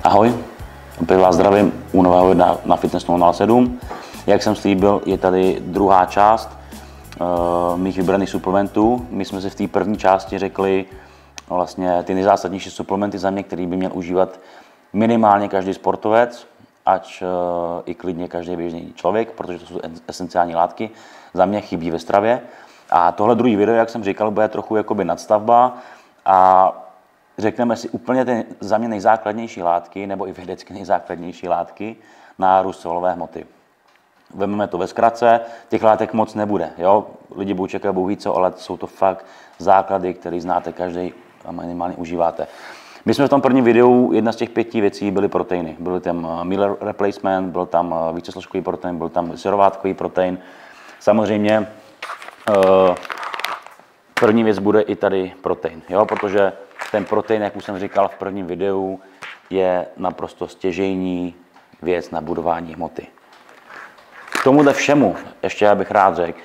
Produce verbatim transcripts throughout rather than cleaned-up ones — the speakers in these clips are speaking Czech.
Ahoj, opět vás zdravím u nového videa na Fitness nula nula sedm. Jak jsem slíbil, je tady druhá část uh, mých vybraných suplementů. My jsme si v té první části řekli vlastně ty nejzásadnější suplementy za mě, který by měl užívat minimálně každý sportovec, ať uh, i klidně každý běžný člověk, protože to jsou esenciální látky, za mě chybí ve stravě. A tohle druhý video, jak jsem říkal, bude trochu jakoby nadstavba a řekneme si úplně ty za mě nejzákladnější látky, nebo i vědecky nejzákladnější látky na růst svalové hmoty. Vezmeme to ve zkratce, těch látek moc nebude. Jo? Lidi budou čekat, budou víc, ale jsou to fakt základy, které znáte každý a minimálně užíváte. My jsme v tom prvním videu, jedna z těch pěti věcí byly proteiny. Byl tam meal replacement, byl tam vícesložkový protein, byl tam syrovátkový protein. Samozřejmě první věc bude i tady protein, jo? Protože ten protein, jak už jsem říkal v prvním videu, je naprosto stěžejní věc na budování hmoty. K tomuhle všemu, ještě já bych rád řekl,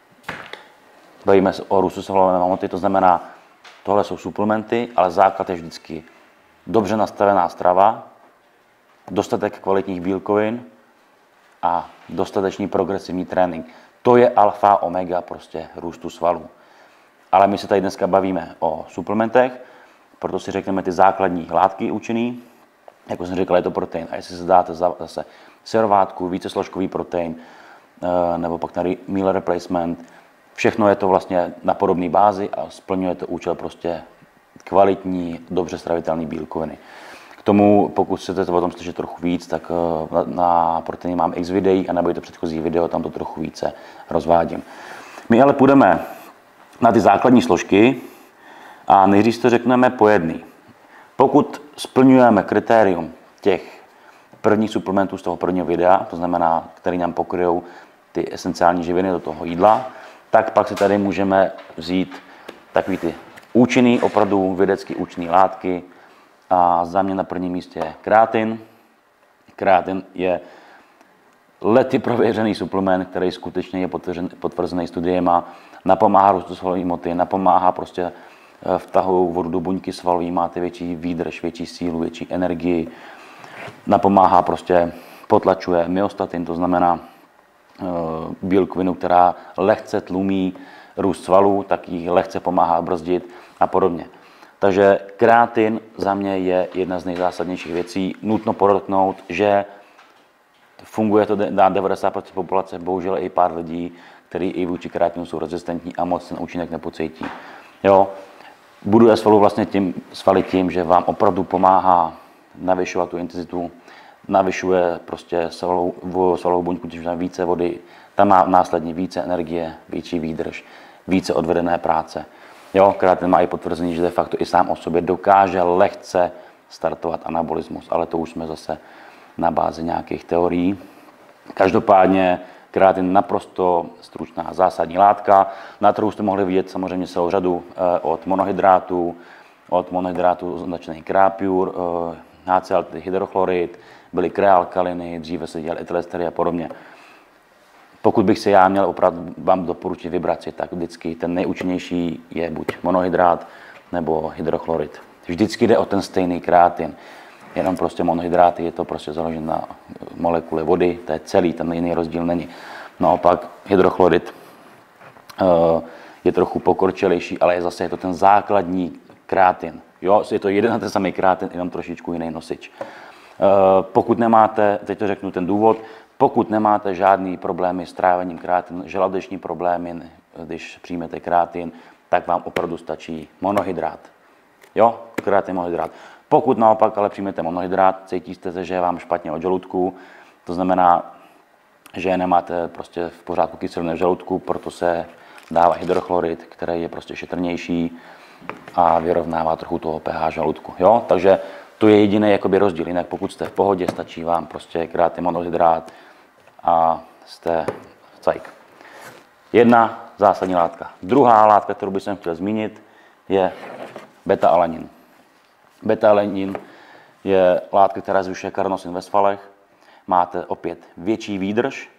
bavíme se o růstu svalové hmoty, to znamená, tohle jsou suplementy, ale základ je vždycky dobře nastavená strava, dostatek kvalitních bílkovin a dostatečný progresivní trénink. To je alfa omega prostě růstu svalů. Ale my se tady dneska bavíme o suplementech, proto si řekneme ty základní látky účinný. Jako jsem říkal, je to protein. A jestli se dáte zase syrovátku, vícesložkový protein, nebo pak tady meal replacement, všechno je to vlastně na podobné bázi a splňuje to účel prostě kvalitní, dobře stravitelné bílkoviny. K tomu, pokud chcete o tom slyšet trochu víc, tak na, na proteiny mám x videí a nebo je to předchozí video, tam to trochu více rozvádím. My ale půjdeme na ty základní složky a nejdřív to řekneme po jedný. Pokud splňujeme kritérium těch prvních suplementů z toho prvního videa, to znamená, který nám pokryjou ty esenciální živiny do toho jídla, tak pak si tady můžeme vzít takový ty účinný, opravdu vědecky účinný látky. A za mě na prvním místě je kreatin. Kreatin je lety prověřený suplement, který skutečně je potvrzený studiema, napomáhá růstu svalové hmoty, napomáhá prostě vtahu vodu do buňky svalový, máte větší výdrž, větší sílu, větší energii, napomáhá prostě, potlačuje myostatin, to znamená bílkovinu, která lehce tlumí růst svalů, tak ji lehce pomáhá brzdit a podobně. Takže kreatin za mě je jedna z nejzásadnějších věcí. Nutno podotknout, že funguje to na devadesát procent populace, bohužel i pár lidí, kteří i vůči kreatinu jsou rezistentní a moc ten účinek nepocítí. Jo? Buduje svalu vlastně tím, svaly tím, že vám opravdu pomáhá navyšovat tu intenzitu, navyšuje prostě svalovou, svalovou buňku, když má více vody, tam má následně více energie, větší výdrž, více odvedené práce. Jo, kreatin má i potvrzený, že de facto i sám o sobě dokáže lehce startovat anabolismus, ale to už jsme zase na bázi nějakých teorií. Každopádně kreatin naprosto stručná zásadní látka. Na trhu jste mohli vidět samozřejmě celou řadu od monohydrátů, od monohydrátů označený Creapure, H C L, hydrochlorid, byly krealkaliny, dříve se dělali etylestery a podobně. Pokud bych se já měl opravdu vám doporučit vybrat si, tak vždycky ten nejúčinnější je buď monohydrát nebo hydrochlorid. Vždycky jde o ten stejný kreatin. Jenom prostě monohydráty, je to prostě založen na molekule vody, to je celý, ten jiný rozdíl není. Naopak hydrochlorid uh, je trochu pokročilejší, ale je zase je to ten základní kreatin. Jo, je to jeden a ten samý kreatin, jenom trošičku jiný nosič. Uh, pokud nemáte, teď to řeknu ten důvod, pokud nemáte žádný problémy s trávením kreatinu, žaludeční problémy, když přijmete kreatin, tak vám opravdu stačí monohydrát. Jo, kreatin, monohydrát. Pokud naopak ale přijmete monohydrát, cítíte se, že je vám špatně od žaludku, to znamená, že nemáte prostě v pořádku kyseliny v žaludku, proto se dává hydrochlorid, který je prostě šetrnější a vyrovnává trochu toho pH žaludku. Jo? Takže to je jediný jakoby rozdíl. Jinak pokud jste v pohodě, stačí vám prostě kreatin, monohydrát a jste cajk. Jedna zásadní látka. Druhá látka, kterou bych chtěl zmínit, je beta-alanin. Beta-alanin je látka, která zvyšuje karnosin ve svalech. Máte opět větší výdrž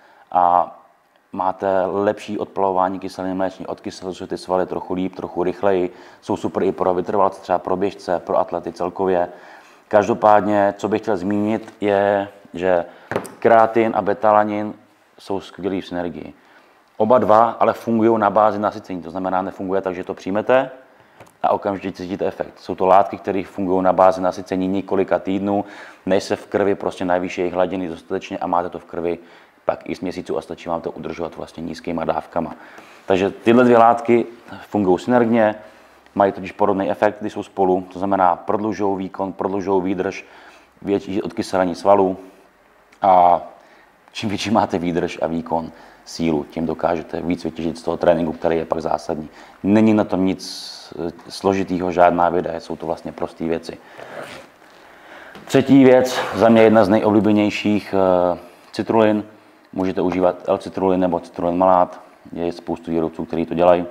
a máte lepší odplavování kyseliny mléční. Odkyseluje ty svaly trochu líp, trochu rychleji. Jsou super i pro vytrvalce, třeba pro běžce, pro atlety celkově. Každopádně, co bych chtěl zmínit, je, že kreatin a betalanin jsou skvělý v synergii. Oba dva ale fungují na bázi nasycení, to znamená, nefunguje tak, že to přijmete a okamžitě cítíte efekt. Jsou to látky, které fungují na bázi nasycení několika týdnů, než se v krvi prostě najvýše jejich hladiny dostatečně a máte to v krvi pak i z měsíců a stačí vám to udržovat vlastně nízkýma dávkama. Takže tyhle dvě látky fungují synergně, mají totiž podobný efekt, když jsou spolu, to znamená prodlužují výkon, prodlužují výdrž, větší odkyselení svalů a čím větší máte výdrž a výkon, sílu, tím dokážete víc vytěžit z toho tréninku, který je pak zásadní. Není na tom nic složitého, žádná věda, jsou to vlastně prosté věci. Třetí věc, za mě jedna z nejoblíbenějších, citrulin. Můžete užívat L-citrulin nebo citrulin malát, je spoustu výrobců, kteří to dělají.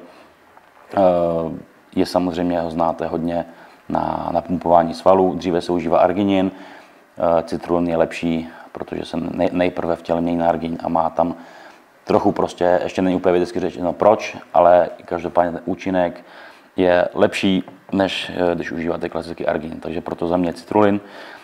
Je samozřejmě, ho znáte hodně na napumpování svalů, dříve se užívá arginin, citrulin je lepší, protože se nejprve v těle mění na arginin a má tam trochu prostě, ještě není úplně vědecky řečeno proč, ale každopádně ten účinek je lepší, než když užíváte klasický arginin, takže proto za mě citrulin.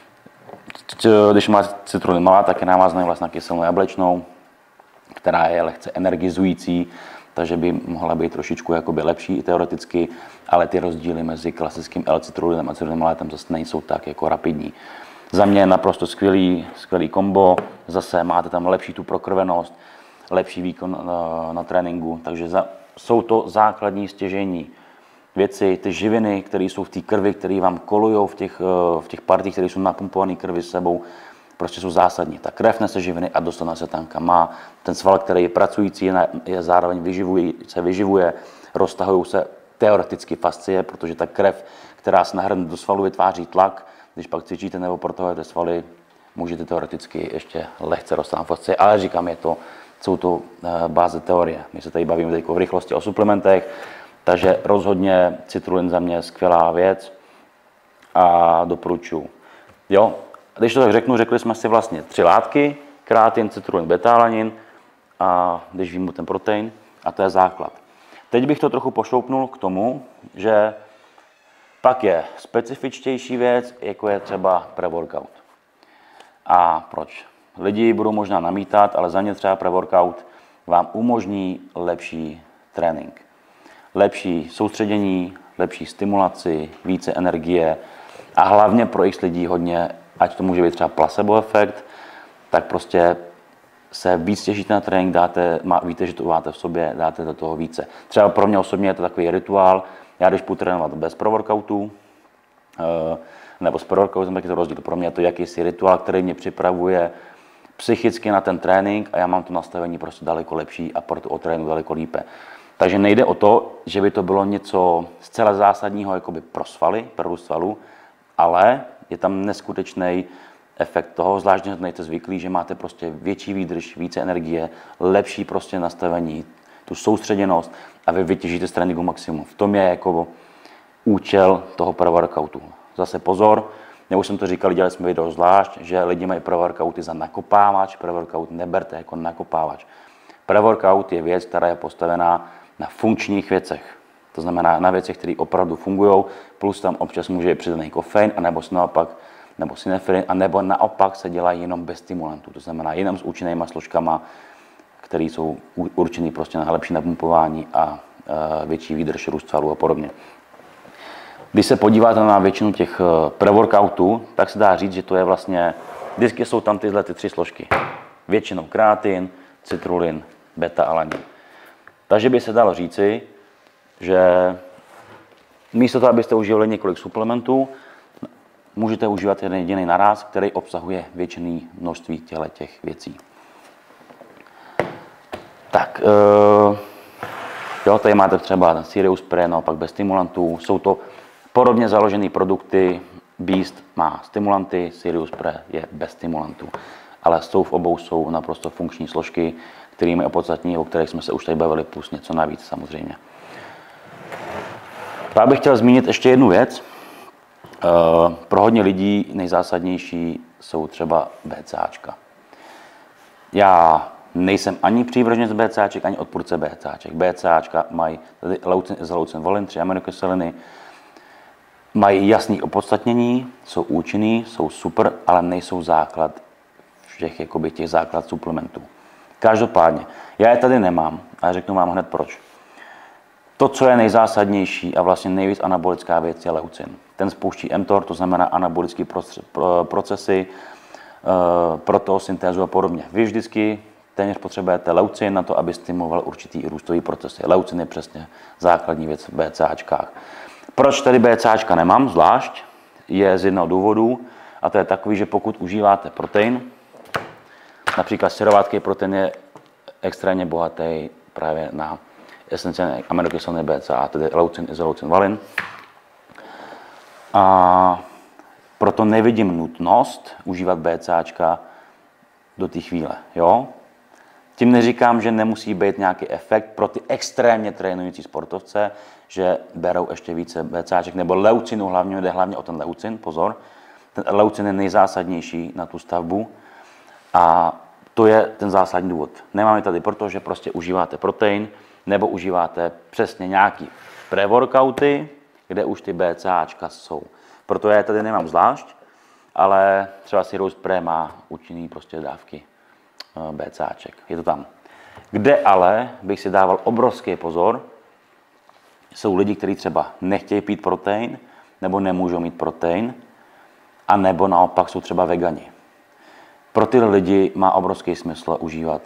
Když máte citrulin malá, tak je navázný vlastně na kyselnou jablečnou, která je lehce energizující, takže by mohla být trošičku jakoby lepší i teoreticky, ale ty rozdíly mezi klasickým L-citrulinem a citrulinem malátem zase nejsou tak jako rapidní. Za mě naprosto skvělý, skvělý kombo, zase máte tam lepší tu prokrvenost, lepší výkon na, na tréninku, takže za, jsou to základní stěžejní věci, ty živiny, které jsou v té krvi, které vám kolují v těch, v těch partích, které jsou napumpované krvi s sebou, prostě jsou zásadní. Ta krev nese živiny a dostane se tam, kam má. Ten sval, který je pracující, je, je zároveň vyživuje, se vyživuje, roztahují se teoreticky fascie, protože ta krev, která se nahrne do svalu, vytváří tlak. Když pak cvičíte nebo protahujete svaly, můžete teoreticky ještě lehce roztáhnout fascie, ale říkám, je to, jsou to báze teorie. My se tady bavíme teď v rychlosti o suplementech, takže rozhodně citrulin za mě skvělá věc a doporučuji. Jo, když to tak řeknu, řekli jsme si vlastně tři látky, kreatin, citrulin, betalanin a když vím ten protein a to je základ. Teď bych to trochu pošloupnul k tomu, že pak je specifičtější věc, jako je třeba pre-workout. A proč? Lidi budou možná namítat, ale za mě třeba pre-workout vám umožní lepší trénink. Lepší soustředění, lepší stimulaci, více energie a hlavně pro x lidí hodně, ať to může být třeba placebo efekt, tak prostě se víc těšíte na trénink, dáte, má, víte, že to máte v sobě, dáte do toho více. Třeba pro mě osobně je to takový rituál, já když půjdu trénovat bez pro-workoutu, nebo s pro-workoutem, tak je to rozdíl. Pro mě je to jakýsi rituál, který mě připravuje psychicky na ten trénink a já mám to nastavení prostě daleko lepší a proto o tréninku daleko lípe. Takže nejde o to, že by to bylo něco zcela zásadního jakoby pro svaly, pro růst svalů, ale je tam neskutečný efekt toho, zvlášť, že nejste zvyklí, že máte prostě větší výdrž, více energie, lepší prostě nastavení, tu soustředěnost a vy vytěžíte z tréninku maximum. V tom je jako účel toho pre-workoutu. Zase pozor, já už jsem to říkal, dělali jsme video zvlášť, že lidi mají pre-workouty za nakopávač, pre-workout neberte jako nakopávač. Pre-workout je věc, která je postavená na funkčních věcech. To znamená na věcech, které opravdu fungují, plus tam občas může být přidaný kofein, anebo naopak, nebo synefrin, anebo naopak se dělá jenom bez stimulantů. To znamená jenom s účinnýma složkama, které jsou určené prostě na lepší napumpování a větší výdrž růst svalů a podobně. Když se podíváte na většinu těch pre-workoutů, tak se dá říct, že to je vlastně, vždycky jsou tam tyhle ty tři složky. Většinou kreatin, citrulin, beta-alanin. Takže by se dalo říci, že místo toho, abyste užívali několik suplementů, můžete užívat jeden jediný naráz, který obsahuje většiné množství těch věcí. Tak, uh, jo, tady máte třeba Sirius Pre, naopak bez stimulantů. Jsou to podobně založené produkty. Beast má stimulanty, Sirius Pre je bez stimulantů. Ale jsou v obou jsou naprosto funkční složky, kterými opodstatní, o kterých jsme se už tady bavili, plus něco navíc samozřejmě. Já bych chtěl zmínit ještě jednu věc. Pro hodně lidí nejzásadnější jsou třeba BCAčka. Já nejsem ani přívrženec BCAček, ani odpůrce BCAček. BCAčka mají zaleucin valin, tři aminokyseliny. mají jasný opodstatnění, jsou účinný, jsou super, ale nejsou základ všech jakoby, těch základ suplementů. Každopádně, já je tady nemám a řeknu vám hned proč. To, co je nejzásadnější a vlastně nejvíc anabolická věc, je leucin. Ten spouští mTOR, to znamená anabolické procesy, protosyntézu a podobně. Vy vždycky téměř potřebujete leucin na to, aby stimuloval určitý růstový procesy. Leucin je přesně základní věc v BCAčkách. Proč tady BCAčka nemám zvlášť, je z jednoho důvodu, a to je takový, že pokud užíváte protein, například syrovátky protein je extrémně bohatý právě na esenciální aminokyseliny B C A A, tedy leucin, izoleucin, valin. A proto nevidím nutnost užívat BCAčka do té chvíle. Jo? Tím neříkám, že nemusí být nějaký efekt pro ty extrémně trénující sportovce, že berou ještě více BCAček, nebo leucinu, hlavně jde hlavně o ten leucin, pozor. Ten leucin je nejzásadnější na tu stavbu a to je ten zásadní důvod. Nemáme tady proto, že prostě užíváte protein, nebo užíváte přesně nějaký pre-workouty, kde už ty BCAčka jsou. Proto já je tady nemám zvlášť, ale třeba si Rose Pre má účinný prostě dávky BCAček. Je to tam. Kde ale bych si dával obrovský pozor, jsou lidi, kteří třeba nechtějí pít protein, nebo nemůžou mít protein, a nebo naopak jsou třeba vegani. Pro ty lidi má obrovský smysl užívat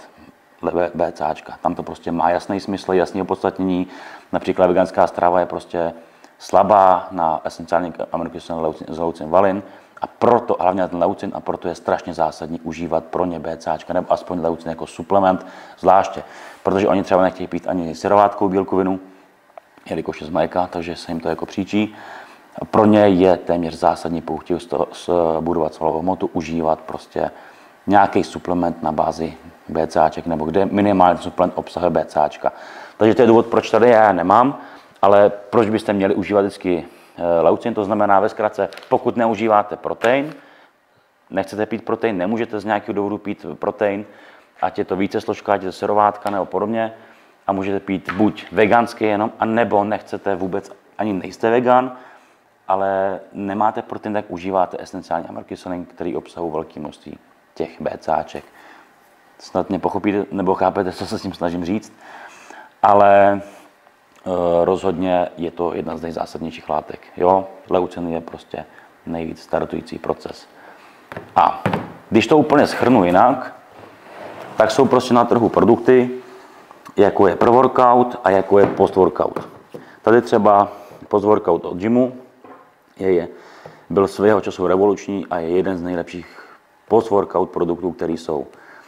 BCAčka. Tam to prostě má jasný smysl, jasný opodstatnění. Například veganská strava je prostě slabá na esenciální aminokyseliny leucin, valin a proto, hlavně ten leucin, a proto je strašně zásadní užívat pro ně BCAčka nebo aspoň leucin jako suplement zvláště, protože oni třeba nechtějí pít ani syrovátkovou bílkovinu, jelikož je z mléka, takže se jim to jako příčí. Pro ně je téměř zásadní, pokud chtějí budovat svalovou hmotu, užívat prostě nějaký suplement na bázi BCAček, nebo kde minimální suplement obsahuje BCAčka. Takže to je důvod, proč tady já nemám, ale proč byste měli užívat vždycky leucin, to znamená ve zkratce, pokud neužíváte protein, nechcete pít protein, nemůžete z nějakého důvodu pít protein, ať je to více složka, ať je to syrovátka nebo podobně, a můžete pít buď veganský jenom, anebo nechcete vůbec, ani nejste vegan, ale nemáte protein, tak užíváte esenciální aminokyseliny, které obsahují velké množství těch BCAček. Snad mě pochopíte, nebo chápete, co se s tím snažím říct, ale e, rozhodně je to jedna z nejzásadnějších látek. Jo? Leucin je prostě nejvíc startující proces. A když to úplně shrnu jinak, tak jsou prostě na trhu produkty, jako je pre-workout a jako je post-workout. Tady třeba post-workout od gymu je, je, byl svého času revoluční a je jeden z nejlepších post-workout produktů, které jsou.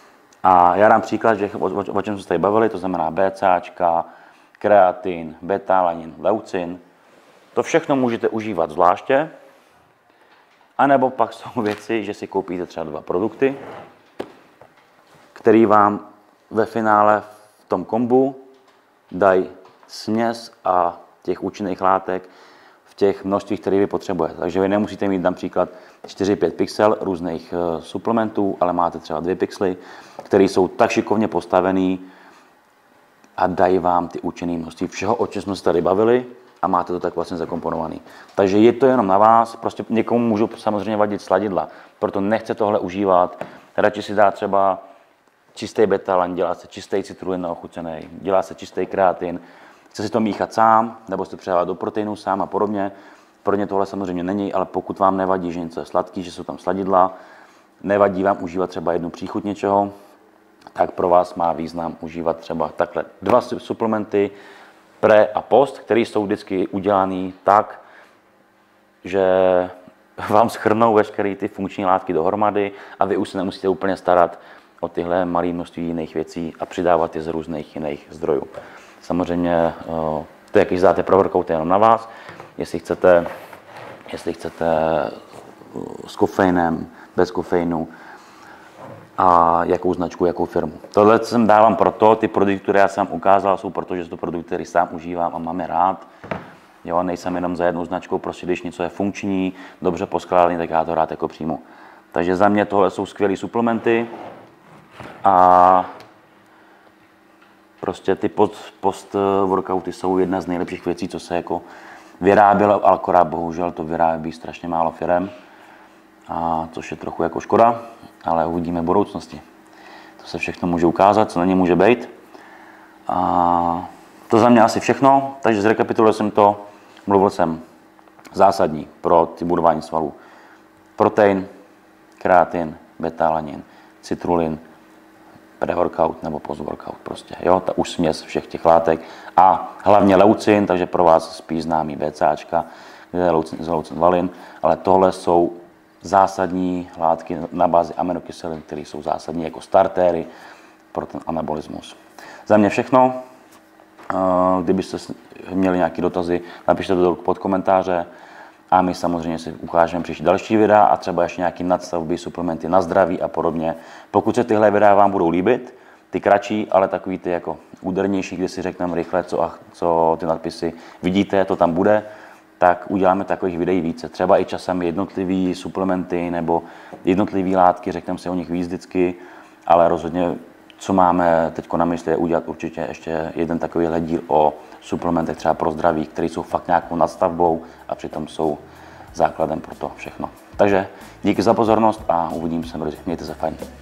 A já dám příklad, že o, o, o čem jsme se tady bavili, to znamená BCAčka, kreatin, beta-alanin, leucin. To všechno můžete užívat zvláště, anebo pak jsou věci, že si koupíte třeba dva produkty, který vám ve finále v tom kombu dají směs a těch účinných látek v těch množstvích, které vy potřebujete. Takže vy nemusíte mít například čtyři pět pixel různých uh, suplementů, ale máte třeba dvě pixely, které jsou tak šikovně postavený a dají vám ty účinné množství všeho, o čem jsme se tady bavili, a máte to tak vlastně zakomponovaný. Takže je to jenom na vás, prostě někomu můžou samozřejmě vadit sladidla, proto nechce tohle užívat, radši si dá třeba čistý beta-alanin, dělá se čistý citrulin ochucený, dělá se čistý kreatin, chce si to míchat sám, nebo si to předávat do proteinu sám a podobně. Pro ně tohle samozřejmě není, ale pokud vám nevadí, že něco je sladký, že jsou tam sladidla, nevadí vám užívat třeba jednu příchuť něčeho, tak pro vás má význam užívat třeba takhle dva suplementy, pre a post, které jsou vždycky udělané tak, že vám shrnou veškeré ty funkční látky dohromady a vy už se nemusíte úplně starat o tyhle malé množství jiných věcí a přidávat je z různých jiných zdrojů. Samozřejmě to, jaký dáte pro workout, je jenom na vás. Jestli chcete, jestli chcete s kofeinem, bez kofeinu a jakou značku, jakou firmu. Tohle jsem dávám proto, ty produkty, které já jsem ukázal, jsou proto, že jsou to produkty, které sám užívám a mám je rád. Jo, nejsem jenom za jednou značkou, prostě když něco je funkční, dobře poskládaný, tak já to rád jako přijmu. Takže za mě tohle jsou skvělé suplementy a prostě ty post, post workouty jsou jedna z nejlepších věcí, co se jako vyráběl, ale akorát bohužel to vyrábí strašně málo firem, a což je trochu jako škoda, ale uvidíme v budoucnosti. To se všechno může ukázat, co na ně může být. A to za mě asi všechno, takže zrekapituloval jsem to, mluvil jsem zásadní pro ty budování svalů. Protein, kreatin, beta-alanin, citrulin, pre-workout nebo post-workout prostě, jo, ta už směs všech těch látek a hlavně leucin, takže pro vás spíš známý BCAčka, kde je leucin, leucin valin, ale tohle jsou zásadní látky na bázi aminokyselin, které jsou zásadní jako startéry pro ten anabolismus. Za mě všechno. Kdybyste měli nějaké dotazy, napište to pod komentáře a my samozřejmě si ukážeme příští další videa a třeba ještě nějaké nadstavby, suplementy na zdraví a podobně. Pokud se tyhle videa vám budou líbit, ty kratší, ale takový ty jako údernější, kde si řekneme rychle, co, a, co ty nadpisy vidíte, to tam bude, tak uděláme takových videí více. Třeba i časem jednotlivý suplementy nebo jednotlivé látky, řekneme si o nich víc vždycky, ale rozhodně, co máme teď na mysli, je udělat určitě ještě jeden takovýhle díl o suplementech třeba pro zdraví, které jsou fakt nějakou nadstavbou a přitom jsou základem pro to všechno. Takže díky za pozornost a uvidím se brzy. Mějte se fajn.